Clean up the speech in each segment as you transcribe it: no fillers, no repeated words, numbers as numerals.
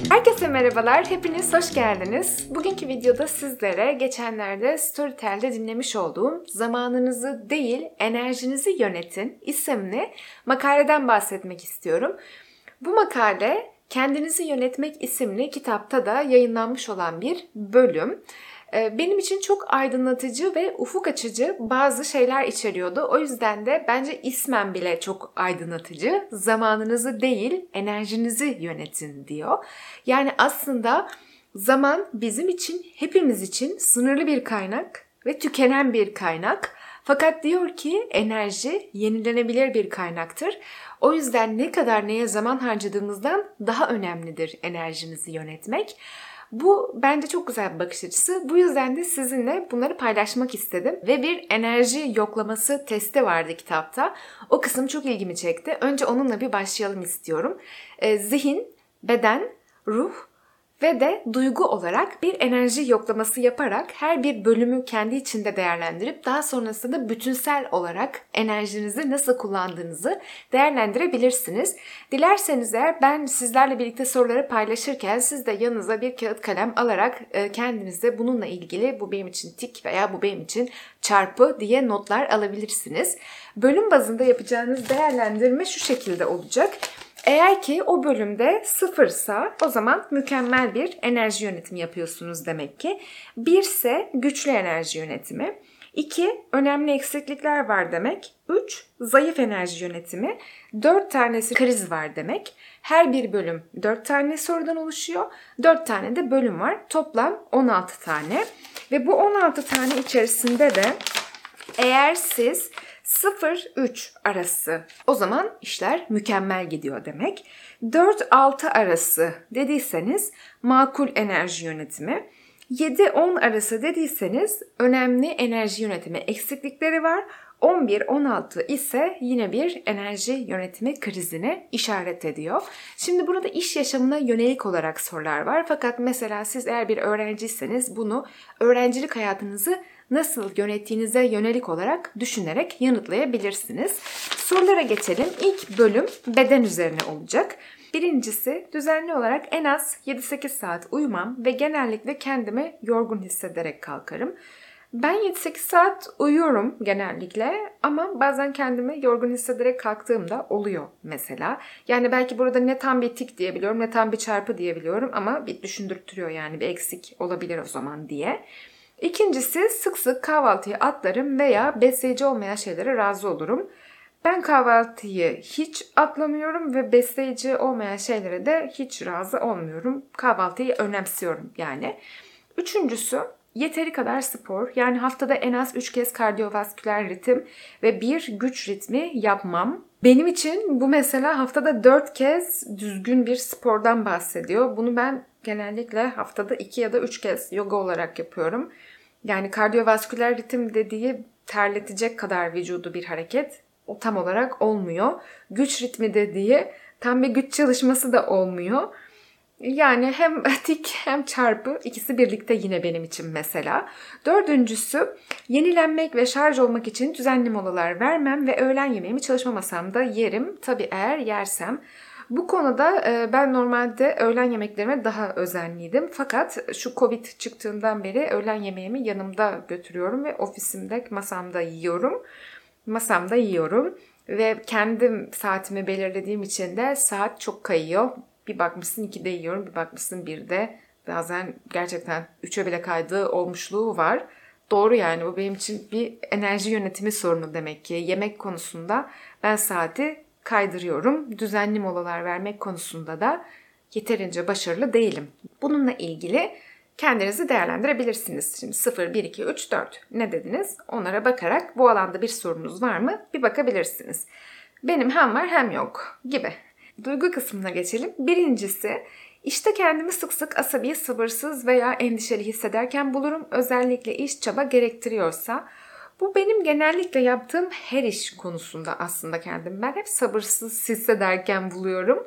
Herkese merhabalar, hepiniz hoş geldiniz. Bugünkü videoda sizlere geçenlerde Storytel'de dinlemiş olduğum "Zamanınızı değil, enerjinizi yönetin" isimli makaleden bahsetmek istiyorum. Bu makale Kendinizi Yönetmek isimli kitapta da yayınlanmış olan bir bölüm. Benim için çok aydınlatıcı ve ufuk açıcı bazı şeyler içeriyordu. O yüzden de bence ismen bile çok aydınlatıcı. Zamanınızı değil, enerjinizi yönetin diyor. Yani aslında zaman bizim için, hepimiz için sınırlı bir kaynak ve tükenen bir kaynak. Fakat diyor ki enerji yenilenebilir bir kaynaktır. O yüzden ne kadar neye zaman harcadığımızdan daha önemlidir enerjinizi yönetmek. Bu bence çok güzel bir bakış açısı. Bu yüzden de sizinle bunları paylaşmak istedim. Ve bir enerji yoklaması testi vardı kitapta. O kısım çok ilgimi çekti. Önce onunla bir başlayalım istiyorum. Zihin, beden, ruh ve de duygu olarak bir enerji yoklaması yaparak her bir bölümü kendi içinde değerlendirip daha sonrasında bütünsel olarak enerjinizi nasıl kullandığınızı değerlendirebilirsiniz. Dilerseniz eğer ben sizlerle birlikte soruları paylaşırken siz de yanınıza bir kağıt kalem alarak kendinize bununla ilgili bu benim için tik veya bu benim için çarpı diye notlar alabilirsiniz. Bölüm bazında yapacağınız değerlendirme şu şekilde olacak. Eğer ki o bölümde sıfırsa o zaman mükemmel bir enerji yönetimi yapıyorsunuz demek ki. 1 ise güçlü enerji yönetimi. 2 önemli eksiklikler var demek. 3 zayıf enerji yönetimi. 4 tanesi kriz var demek. Her bir bölüm 4 tane sorudan oluşuyor. 4 tane de bölüm var. Toplam 16 tane. Ve bu 16 tane içerisinde de eğer siz 0-3 arası o zaman işler mükemmel gidiyor demek. 4-6 arası dediyseniz makul enerji yönetimi. 7-10 arası dediyseniz önemli enerji yönetimi eksiklikleri var. 11-16 ise yine bir enerji yönetimi krizine işaret ediyor. Şimdi burada iş yaşamına yönelik olarak sorular var. Fakat mesela siz eğer bir öğrenciyseniz bunu öğrencilik hayatınızı nasıl yönettiğinize yönelik olarak düşünerek yanıtlayabilirsiniz. Sorulara geçelim. İlk bölüm beden üzerine olacak. Birincisi düzenli olarak en az 7-8 saat uyumam ve genellikle kendimi yorgun hissederek kalkarım. Ben 7-8 saat uyuyorum genellikle ama bazen kendimi yorgun hissederek kalktığımda oluyor mesela. Yani belki burada ne tam bir tik diyebiliyorum ne tam bir çarpı diyebiliyorum ama bir düşündürtüyor yani bir eksik olabilir o zaman diye. İkincisi sık sık kahvaltıyı atlarım veya besleyici olmayan şeylere razı olurum. Ben kahvaltıyı hiç atlamıyorum ve besleyici olmayan şeylere de hiç razı olmuyorum. Kahvaltıyı önemsiyorum yani. Üçüncüsü yeteri kadar spor. Yani haftada en az 3 kez kardiyovasküler ritim ve bir güç ritmi yapmam. Benim için bu mesela haftada 4 kez düzgün bir spordan bahsediyor. Bunu ben genellikle haftada 2 ya da 3 kez yoga olarak yapıyorum. Yani kardiyovasküler ritim dediği terletecek kadar vücudu bir hareket. O tam olarak olmuyor. Güç ritmi dediği tam bir güç çalışması da olmuyor. Yani hem tik hem çarpı ikisi birlikte yine benim için mesela. Dördüncüsü yenilenmek ve şarj olmak için düzenli molalar vermem ve öğlen yemeğimi çalışma masamda yerim. Tabii eğer yersem. Bu konuda ben normalde öğlen yemeklerime daha özenliydim. Fakat şu Covid çıktığından beri öğlen yemeğimi yanımda götürüyorum ve ofisimde masamda yiyorum. Masamda yiyorum ve kendim saatimi belirlediğim için de saat çok kayıyor. Bir bakmışsın 2'de yiyorum, bir bakmışsın 1'de. Bazen gerçekten 3'e bile kaydığı olmuşluğu var. Doğru yani bu benim için bir enerji yönetimi sorunu demek ki. Yemek konusunda ben saati kaydırıyorum. Düzenli molalar vermek konusunda da yeterince başarılı değilim. Bununla ilgili kendinizi değerlendirebilirsiniz. Şimdi 0, 1, 2, 3, 4 ne dediniz? Onlara bakarak bu alanda bir sorunuz var mı? Bir bakabilirsiniz. Benim hem var hem yok gibi. Duygu kısmına geçelim. Birincisi, işte kendimi sık sık asabi, sabırsız veya endişeli hissederken bulurum. Özellikle iş çaba gerektiriyorsa. Bu benim genellikle yaptığım her iş konusunda aslında kendimi ben hep sabırsız hissederken buluyorum.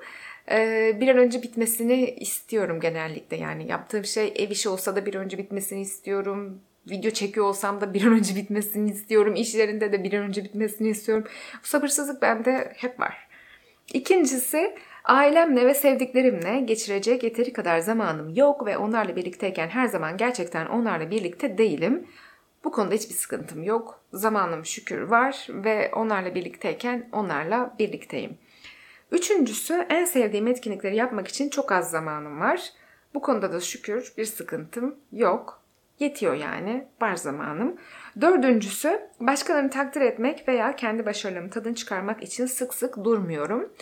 Bir an önce bitmesini istiyorum genellikle. Yani yaptığım şey ev işi olsa da bir an önce bitmesini istiyorum. Video çekiyor olsam da bir an önce bitmesini istiyorum. İş yerinde de bir an önce bitmesini istiyorum. Bu sabırsızlık bende hep var. İkincisi Ailemle ve sevdiklerimle geçirecek yeteri kadar zamanım yok ve onlarla birlikteyken her zaman gerçekten onlarla birlikte değilim. Bu konuda hiçbir sıkıntım yok. Zamanım şükür var ve onlarla birlikteyken onlarla birlikteyim. Üçüncüsü, en sevdiğim etkinlikleri yapmak için çok az zamanım var. Bu konuda da şükür bir sıkıntım yok. Yetiyor yani, var zamanım. Dördüncüsü, başkalarını takdir etmek veya kendi başarılarımın tadını çıkarmak için sık sık durmuyorum.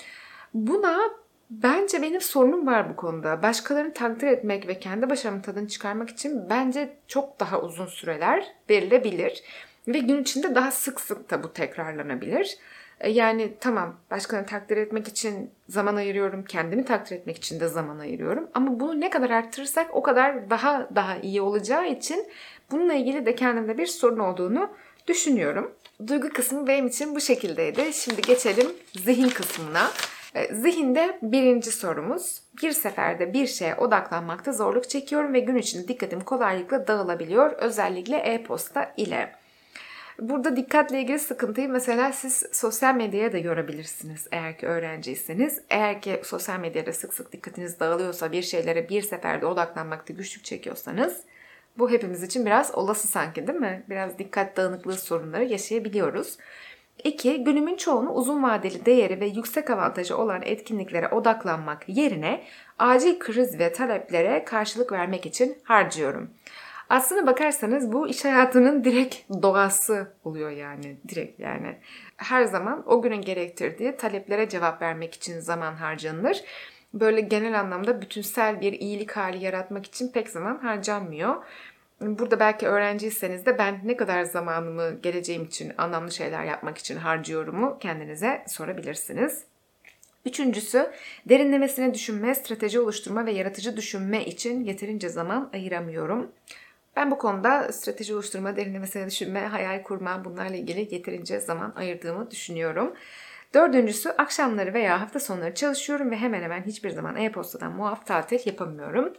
Bence benim sorunum var bu konuda. Başkalarını takdir etmek ve kendi başarımın tadını çıkarmak için bence çok daha uzun süreler verilebilir. Ve gün içinde daha sık sık da bu tekrarlanabilir. Yani tamam, başkalarını takdir etmek için zaman ayırıyorum, kendimi takdir etmek için de zaman ayırıyorum. Ama bunu ne kadar arttırırsak o kadar daha iyi olacağı için bununla ilgili de kendimde bir sorun olduğunu düşünüyorum. Duygu kısmı benim için bu şekildeydi. Şimdi geçelim zihin kısmına. Zihinde birinci sorumuz, bir seferde bir şeye odaklanmakta zorluk çekiyorum ve gün içinde dikkatim kolaylıkla dağılabiliyor, özellikle e-posta ile. Burada dikkatle ilgili sıkıntıyı mesela siz sosyal medyaya da yorabilirsiniz eğer ki öğrenciyseniz. Eğer ki sosyal medyada sık sık dikkatiniz dağılıyorsa, bir şeylere bir seferde odaklanmakta güçlük çekiyorsanız, bu hepimiz için biraz olası sanki, değil mi? Biraz dikkat dağınıklığı sorunları yaşayabiliyoruz. 2. Günümün çoğunu uzun vadeli değeri ve yüksek avantajı olan etkinliklere odaklanmak yerine acil kriz ve taleplere karşılık vermek için harcıyorum. Aslına bakarsanız bu iş hayatının direkt doğası oluyor yani. Direkt yani. Her zaman o günün gerektirdiği taleplere cevap vermek için zaman harcanır. Böyle genel anlamda bütünsel bir iyilik hali yaratmak için pek zaman harcanmıyor. Burada belki öğrenciyseniz de ben ne kadar zamanımı geleceğim için anlamlı şeyler yapmak için harcıyorumu kendinize sorabilirsiniz. Üçüncüsü, derinlemesine düşünme, strateji oluşturma ve yaratıcı düşünme için yeterince zaman ayıramıyorum. Ben bu konuda strateji oluşturma, derinlemesine düşünme, hayal kurma, bunlarla ilgili yeterince zaman ayırdığımı düşünüyorum. Dördüncüsü, akşamları veya hafta sonları çalışıyorum ve hemen hemen hiçbir zaman e-postadan muaf tatil yapamıyorum.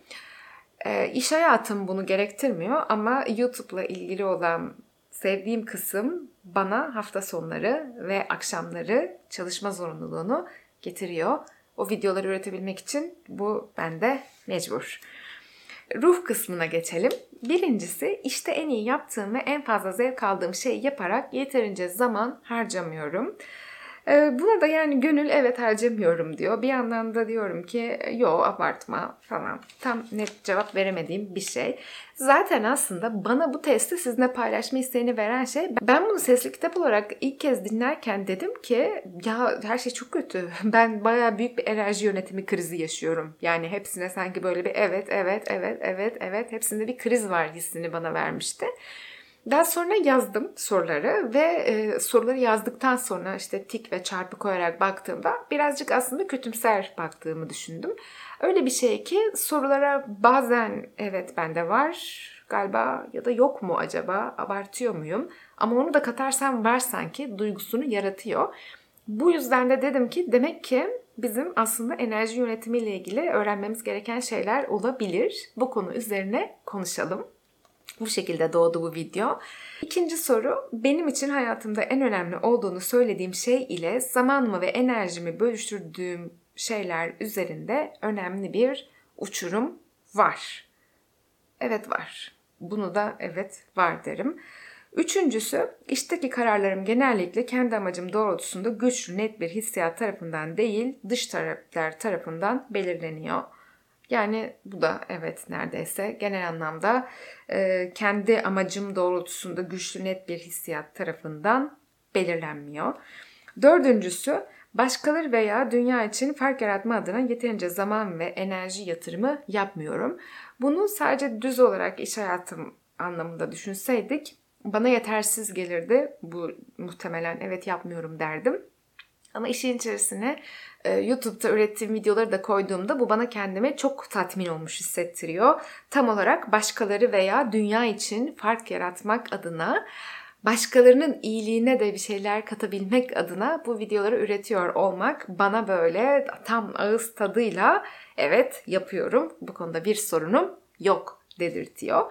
İş hayatım bunu gerektirmiyor ama YouTube'la ilgili olan sevdiğim kısım bana hafta sonları ve akşamları çalışma zorunluluğunu getiriyor. O videoları üretebilmek için bu bende mecbur. Ruh kısmına geçelim. Birincisi, işte en iyi yaptığım ve en fazla zevk aldığım şeyi yaparak yeterince zaman harcamıyorum. Buna da yani gönül evet harcamıyorum diyor. Bir yandan da diyorum ki yo abartma falan. Tam net cevap veremediğim bir şey. Zaten aslında bana bu testi sizinle paylaşma isteğini veren şey, ben bunu sesli kitap olarak ilk kez dinlerken dedim ki ya her şey çok kötü. Ben bayağı büyük bir enerji yönetimi krizi yaşıyorum. Yani hepsine sanki böyle bir evet hepsinde bir kriz var hissini bana vermişti. Daha sonra yazdım soruları ve soruları yazdıktan sonra işte tik ve çarpı koyarak baktığımda birazcık aslında kötümser baktığımı düşündüm. Öyle bir şey ki sorulara bazen evet bende var galiba ya da yok mu acaba, abartıyor muyum? Ama onu da katarsam var sanki duygusunu yaratıyor. Bu yüzden de dedim ki demek ki bizim aslında enerji yönetimiyle ilgili öğrenmemiz gereken şeyler olabilir. Bu konu üzerine konuşalım. Bu şekilde doğdu bu video. İkinci soru, benim için hayatımda en önemli olduğunu söylediğim şey ile zamanımı ve enerjimi bölüştürdüğüm şeyler üzerinde önemli bir uçurum var. Evet var. Bunu da evet var derim. Üçüncüsü, işteki kararlarım genellikle kendi amacım doğrultusunda güçlü, net bir hissiyat tarafından değil, dış taraflar tarafından belirleniyor. Yani bu da evet neredeyse genel anlamda kendi amacım doğrultusunda güçlü net bir hissiyat tarafından belirlenmiyor. Dördüncüsü, başkaları veya dünya için fark yaratma adına yeterince zaman ve enerji yatırımı yapmıyorum. Bunu sadece düz olarak iş hayatım anlamında düşünseydik bana yetersiz gelirdi. Bu muhtemelen evet yapmıyorum derdim. Ama işin içerisine YouTube'da ürettiğim videoları da koyduğumda bu bana kendimi çok tatmin olmuş hissettiriyor. Tam olarak başkaları veya dünya için fark yaratmak adına, başkalarının iyiliğine de bir şeyler katabilmek adına bu videoları üretiyor olmak bana böyle tam ağız tadıyla evet yapıyorum, bu konuda bir sorunum yok dedirtiyor.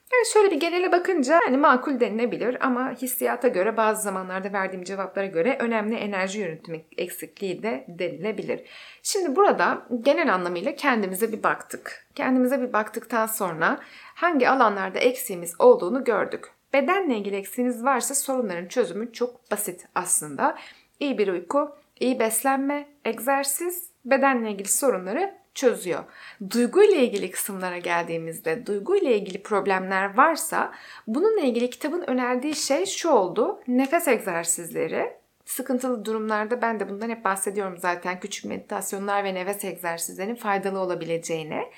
Yani şöyle bir genele bakınca hani makul denilebilir ama hissiyata göre bazı zamanlarda verdiğim cevaplara göre önemli enerji yönetimi eksikliği de denilebilir. Şimdi burada genel anlamıyla kendimize bir baktık. Kendimize bir baktıktan sonra hangi alanlarda eksiğimiz olduğunu gördük. Bedenle ilgili eksiğiniz varsa sorunların çözümü çok basit aslında. İyi bir uyku, iyi beslenme, egzersiz bedenle ilgili sorunları çözüyor. Duyguyla ilgili kısımlara geldiğimizde, duyguyla ilgili problemler varsa bununla ilgili kitabın önerdiği şey şu oldu: nefes egzersizleri. Sıkıntılı durumlarda ben de bundan hep bahsediyorum zaten, küçük meditasyonlar ve nefes egzersizlerinin faydalı olabileceğine.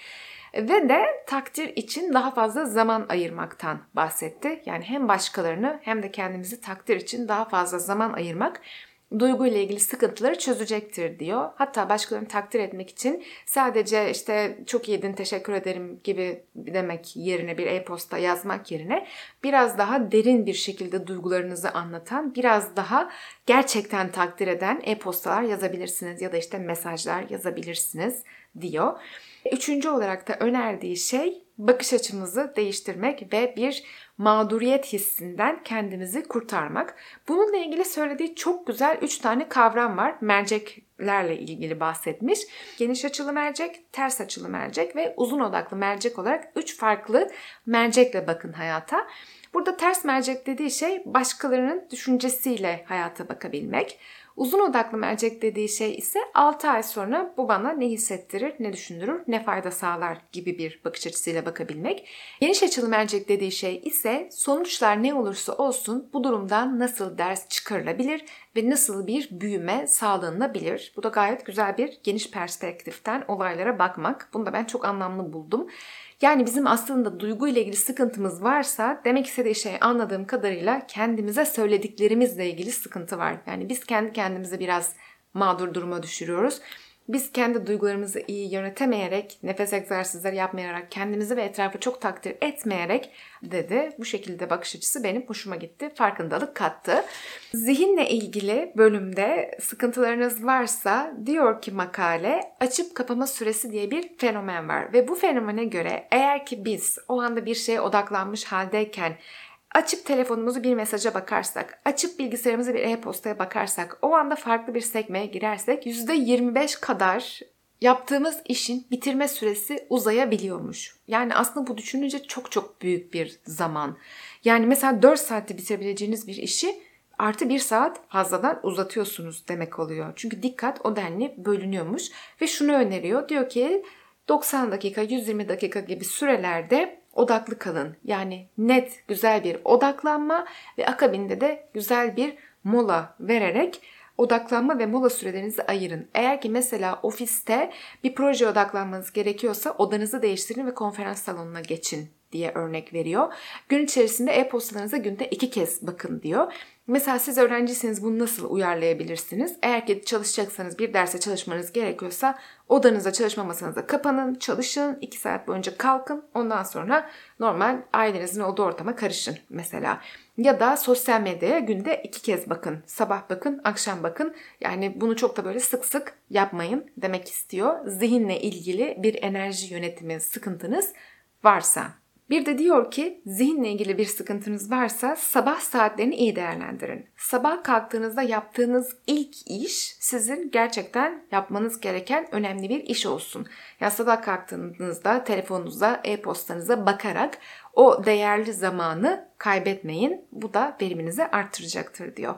Ve de takdir için daha fazla zaman ayırmaktan bahsetti. Yani hem başkalarını hem de kendimizi takdir için daha fazla zaman ayırmak duyguyla ilgili sıkıntıları çözecektir diyor. Hatta başkalarını takdir etmek için sadece işte çok iyiydin, teşekkür ederim gibi demek yerine, bir e-posta yazmak yerine biraz daha derin bir şekilde duygularınızı anlatan, biraz daha gerçekten takdir eden e-postalar yazabilirsiniz ya da işte mesajlar yazabilirsiniz diyor. Üçüncü olarak da önerdiği şey bakış açımızı değiştirmek ve bir mağduriyet hissinden kendimizi kurtarmak. Bununla ilgili söylediği çok güzel 3 tane kavram var. Merceklerle ilgili bahsetmiş. Geniş açılı mercek, ters açılı mercek ve uzun odaklı mercek olarak 3 farklı mercekle bakın hayata. Burada ters mercek dediği şey başkalarının düşüncesiyle hayata bakabilmek. Uzun odaklı mercek dediği şey ise 6 ay sonra bu bana ne hissettirir, ne düşündürür, ne fayda sağlar gibi bir bakış açısıyla bakabilmek. Geniş açılı mercek dediği şey ise sonuçlar ne olursa olsun bu durumdan nasıl ders çıkarılabilir ve nasıl bir büyüme sağlanabilir. Bu da gayet güzel bir geniş perspektiften olaylara bakmak. Bunu da ben çok anlamlı buldum. Yani bizim aslında duyguyla ilgili sıkıntımız varsa demek istediği şey anladığım kadarıyla kendimize söylediklerimizle ilgili sıkıntı var. Yani biz kendi kendimize biraz mağdur duruma düşürüyoruz. Biz kendi duygularımızı iyi yönetemeyerek, nefes egzersizleri yapmayarak, kendimizi ve etrafı çok takdir etmeyerek dedi. Bu şekilde bakış açısı benim hoşuma gitti. Farkındalık kattı. Zihinle ilgili bölümde sıkıntılarınız varsa diyor ki makale, açıp kapama süresi diye bir fenomen var. Ve bu fenomene göre eğer ki biz o anda bir şeye odaklanmış haldeyken açıp telefonumuzu bir mesaja bakarsak, açıp bilgisayarımızı bir e-postaya bakarsak, o anda farklı bir sekmeye girersek %25 kadar yaptığımız işin bitirme süresi uzayabiliyormuş. Yani aslında bu düşününce çok çok büyük bir zaman. Yani mesela 4 saatte bitirebileceğiniz bir işi artı 1 saat fazladan uzatıyorsunuz demek oluyor. Çünkü dikkat o denli bölünüyormuş ve şunu öneriyor. Diyor ki 90 dakika, 120 dakika gibi sürelerde odaklı kalın. Yani net, güzel bir odaklanma ve akabinde de güzel bir mola vererek odaklanma ve mola sürelerinizi ayırın. Eğer ki mesela ofiste bir projeye odaklanmanız gerekiyorsa odanızı değiştirin ve konferans salonuna geçin diye örnek veriyor. Gün içerisinde e-postalarınıza günde 2 kez bakın diyor. Mesela siz öğrenciyseniz bunu nasıl uyarlayabilirsiniz? Eğer ki çalışacaksanız, bir derse çalışmanız gerekiyorsa odanıza, çalışma masanıza kapanın, çalışın, 2 saat boyunca kalkın. Ondan sonra normal ailenizin olduğu ortama karışın mesela. Ya da sosyal medyaya günde 2 kez bakın. Sabah bakın, akşam bakın. Yani bunu çok da böyle sık sık yapmayın demek istiyor. Zihinle ilgili bir enerji yönetimi sıkıntınız varsa. Bir de diyor ki zihinle ilgili bir sıkıntınız varsa sabah saatlerini iyi değerlendirin. Sabah kalktığınızda yaptığınız ilk iş sizin gerçekten yapmanız gereken önemli bir iş olsun. Yani sabah kalktığınızda telefonunuza, e-postanıza bakarak o değerli zamanı kaybetmeyin. Bu da veriminizi arttıracaktır diyor.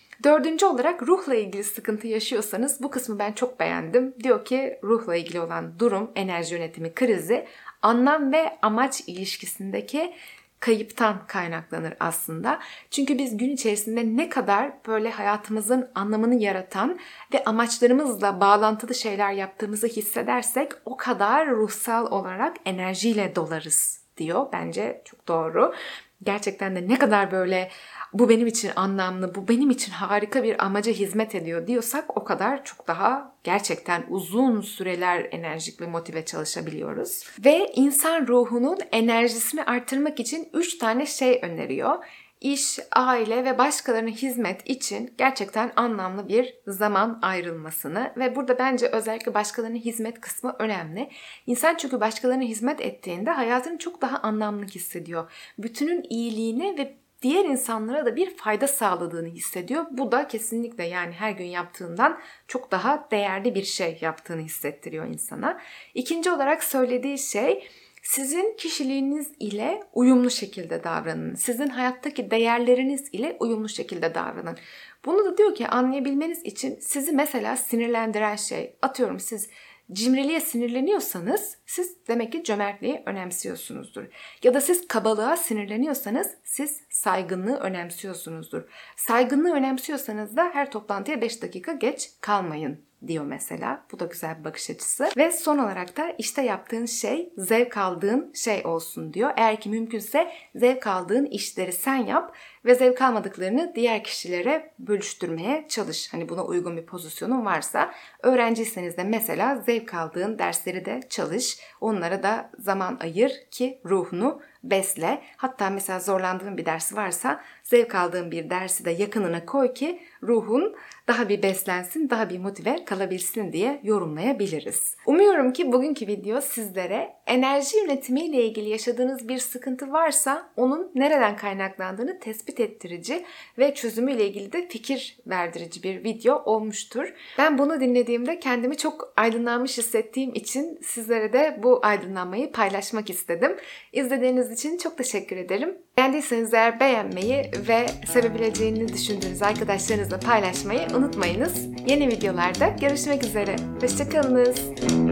4. olarak ruhla ilgili sıkıntı yaşıyorsanız bu kısmı ben çok beğendim. Diyor ki ruhla ilgili olan durum, enerji yönetimi krizi, anlam ve amaç ilişkisindeki kayıptan kaynaklanır aslında. Çünkü biz gün içerisinde ne kadar böyle hayatımızın anlamını yaratan ve amaçlarımızla bağlantılı şeyler yaptığımızı hissedersek o kadar ruhsal olarak enerjiyle dolarız diyor. Bence çok doğru. Gerçekten de ne kadar böyle bu benim için anlamlı, bu benim için harika bir amaca hizmet ediyor diyorsak o kadar çok daha gerçekten uzun süreler enerjik ve motive çalışabiliyoruz. Ve insan ruhunun enerjisini artırmak için 3 tane şey öneriyor. iş, aile ve başkalarına hizmet için gerçekten anlamlı bir zaman ayrılmasını ve burada bence özellikle başkalarına hizmet kısmı önemli. İnsan çünkü başkalarına hizmet ettiğinde hayatını çok daha anlamlı hissediyor. Bütünün iyiliğini ve diğer insanlara da bir fayda sağladığını hissediyor. Bu da kesinlikle yani her gün yaptığından çok daha değerli bir şey yaptığını hissettiriyor insana. İkinci olarak söylediği şey, sizin kişiliğiniz ile uyumlu şekilde davranın. Sizin hayattaki değerleriniz ile uyumlu şekilde davranın. Bunu da diyor ki anlayabilmeniz için sizi mesela sinirlendiren şey, atıyorum siz cimriliğe sinirleniyorsanız siz demek ki cömertliği önemsiyorsunuzdur. Ya da siz kabalığa sinirleniyorsanız siz saygınlığı önemsiyorsunuzdur. Saygınlığı önemsiyorsanız da her toplantıya 5 dakika geç kalmayın diyor mesela. Bu da güzel bir bakış açısı. Ve son olarak da işte yaptığın şey zevk aldığın şey olsun diyor. Eğer ki mümkünse zevk aldığın işleri sen yap ve zevk almadıklarını diğer kişilere bölüştürmeye çalış. Hani buna uygun bir pozisyonun varsa. Öğrenciyseniz de mesela zevk aldığın dersleri de çalış. Onlara da zaman ayır ki ruhunu besle. Hatta mesela zorlandığın bir ders varsa zevk aldığın bir dersi de yakınına koy ki ruhun daha bir beslensin, daha bir motive kalabilsin diye yorumlayabiliriz. Umuyorum ki bugünkü video sizlere enerji yönetimiyle ilgili yaşadığınız bir sıkıntı varsa onun nereden kaynaklandığını tespit ettirici ve çözümüyle ilgili de fikir verdirici bir video olmuştur. Ben bunu dinlediğimde kendimi çok aydınlanmış hissettiğim için sizlere de bu aydınlanmayı paylaşmak istedim. İzlediğiniz için çok teşekkür ederim. Beğendiyseniz eğer beğenmeyi ve sevebileceğini düşündüğünüz arkadaşlarınızla paylaşmayı unutmayınız. Yeni videolarda görüşmek üzere. Hoşça kalınız.